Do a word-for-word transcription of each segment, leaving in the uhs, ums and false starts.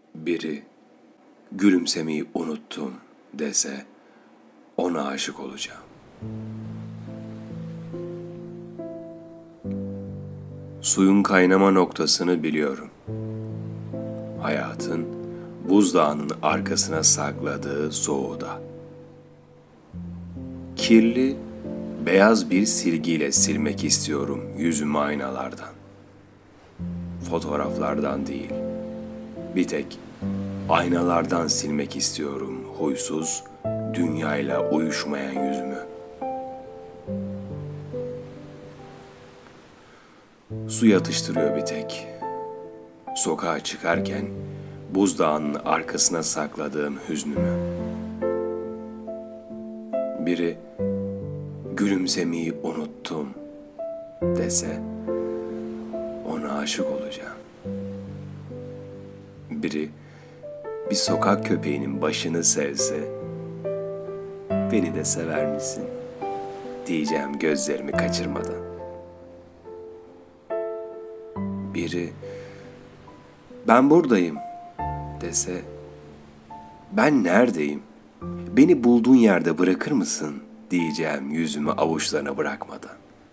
Biri gülümsemeyi unuttum dese ona aşık olacağım. Suyun kaynama noktasını biliyorum. Hayatın buzdağının arkasına sakladığı soğuda. Kirli, beyaz bir silgiyle silmek istiyorum yüzümü aynalardan. Fotoğraflardan değil, bir tek aynalardan silmek istiyorum huysuz, dünyayla uyuşmayan yüzümü. Su yatıştırıyor bir tek. Sokağa çıkarken buzdağının arkasına sakladığım hüznümü. Biri gülümsemeyi unuttum dese ona aşık olacağım. Biri bir sokak köpeğinin başını sevse beni de sever misin diyeceğim gözlerimi kaçırmadan. Biri ben buradayım dese ben neredeyim? Beni bulduğun yerde bırakır mısın diyeceğim yüzümü avuçlarına bırakmadan.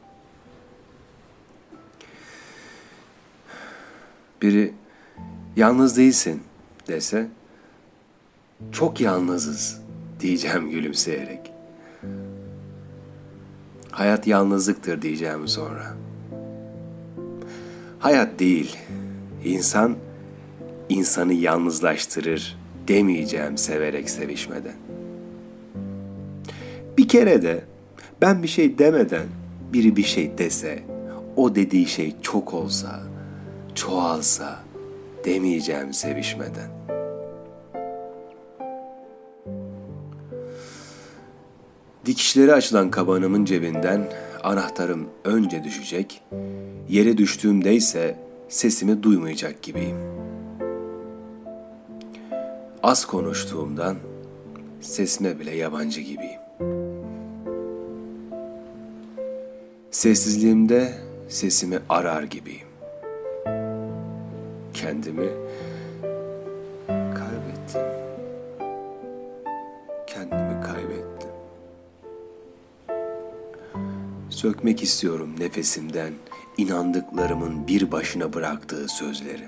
Biri yalnız değilsin dese çok yalnızız diyeceğim gülümseyerek. Hayat yalnızlıktır diyeceğim sonra. Hayat değil, insan insanı yalnızlaştırır demeyeceğim severek sevişmeden. Bir kere de ben bir şey demeden biri bir şey dese, o dediği şey çok olsa, çoğalsa demeyeceğim sevişmeden. Dikişleri açılan kabanımın cebinden anahtarım önce düşecek, yere düştüğümde ise sesimi duymayacak gibiyim. Az konuştuğumdan sesime bile yabancı gibiyim. Sessizliğimde sesimi arar gibiyim. Kendimi kaybettim. Kendimi kaybettim. Sökmek istiyorum nefesimden inandıklarımın bir başına bıraktığı sözleri.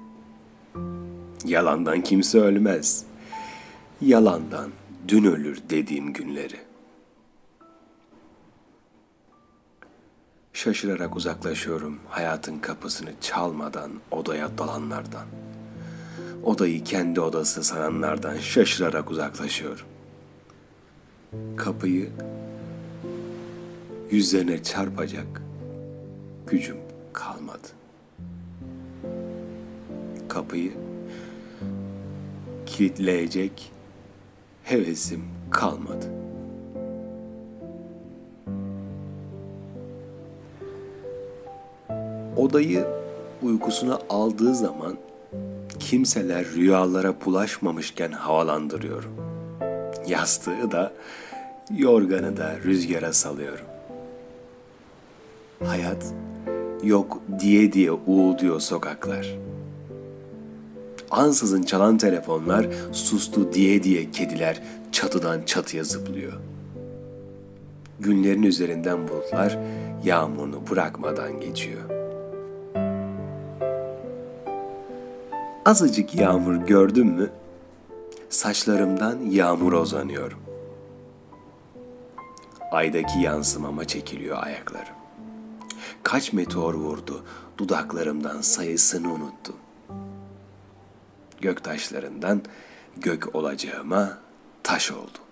Yalandan kimse ölmez. Yalandan dün ölür dediğim günleri. Şaşırarak uzaklaşıyorum hayatın kapısını çalmadan odaya dalanlardan. Odayı kendi odası sananlardan şaşırarak uzaklaşıyorum. Kapıyı yüzlerine çarpacak gücüm kalmadı. Kapıyı kilitleyecek hevesim kalmadı. Odayı uykusuna aldığı zaman kimseler rüyalara bulaşmamışken havalandırıyorum. Yastığı da, yorganı da rüzgara salıyorum. Hayat yok diye diye uğulduyor sokaklar. Ansızın çalan telefonlar, sustu diye diye kediler çatıdan çatıya zıplıyor. Günlerin üzerinden bulutlar yağmurunu bırakmadan geçiyor. Azıcık yağmur gördüm mü, saçlarımdan yağmura uzanıyorum. Aydaki yansımama çekiliyor ayaklarım. Kaç meteor vurdu, dudaklarımdan sayısını unuttum. Göktaşlarından gök olacağıma taş oldum.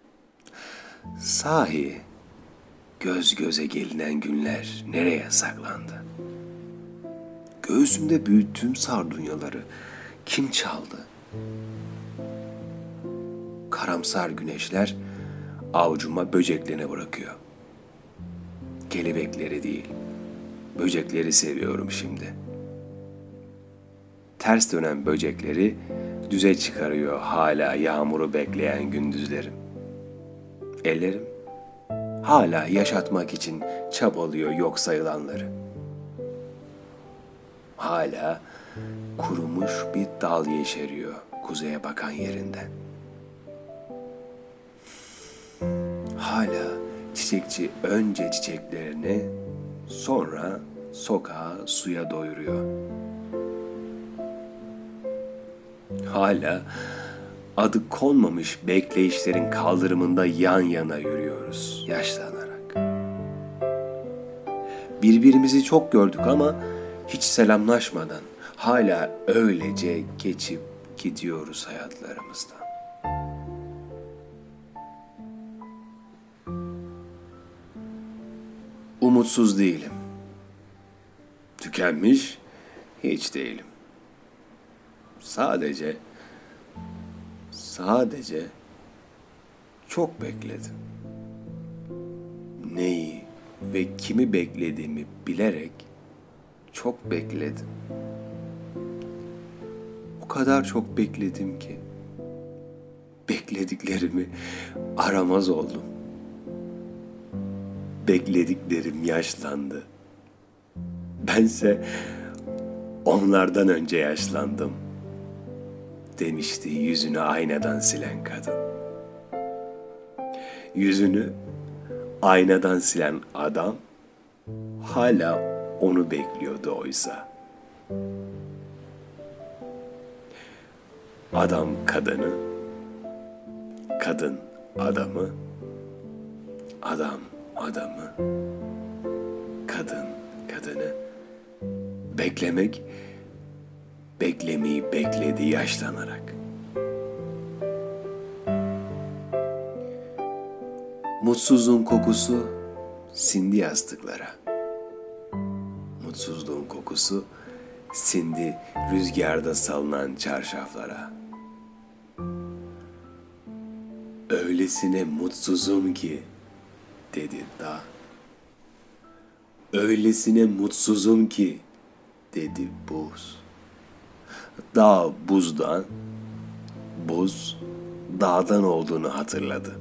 Sahi, göz göze gelinen günler nereye saklandı? Göğsümde büyüttüğüm sardunyaları kim çaldı? Karamsar güneşler avucuma böceklerini bırakıyor. Kelebekleri değil, böcekleri seviyorum şimdi. Ters dönen böcekleri düze çıkarıyor hala yağmuru bekleyen gündüzlerim. Ellerim hala yaşatmak için çabalıyor yok sayılanları. Hala kurumuş bir dal yeşeriyor kuzeye bakan yerinden. Hala çiçekçi önce çiçeklerini, sonra sokağa suya doyuruyor. Hala adı konmamış bekleyişlerin kaldırımında yan yana yürüyoruz yaşlanarak. Birbirimizi çok gördük ama hiç selamlaşmadan hala öylece geçip gidiyoruz hayatlarımızdan. Umutsuz değilim. Tükenmiş hiç değilim. Sadece, sadece çok bekledim. Neyi ve kimi beklediğimi bilerek çok bekledim. O kadar çok bekledim ki beklediklerimi aramaz oldum. Beklediklerim yaşlandı. Bense onlardan önce yaşlandım, demişti yüzünü aynadan silen kadın. Yüzünü aynadan silen adam hala onu bekliyordu oysa. Adam kadını, kadın adamı, adam adamı, kadın kadını beklemek, beklemeyi bekledi yaşlanarak. Mutsuzluğun kokusu sindi yastıklara. Mutsuzluğun kokusu sindi rüzgarda salınan çarşaflara. Öylesine mutsuzum ki, dedi dağ. Öylesine mutsuzum ki, dedi buz. Dağ buzdan, buz dağdan olduğunu hatırladı.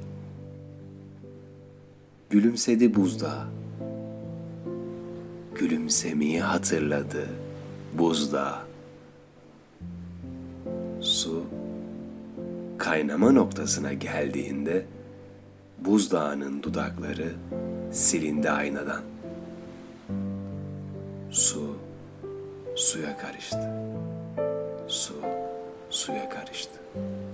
Gülümsedi buzdağı. Gülümsemeyi hatırladı buzdağı. Su kaynama noktasına geldiğinde buzdağının dudakları silindi aynadan. Su suya karıştı. Su suya karıştı.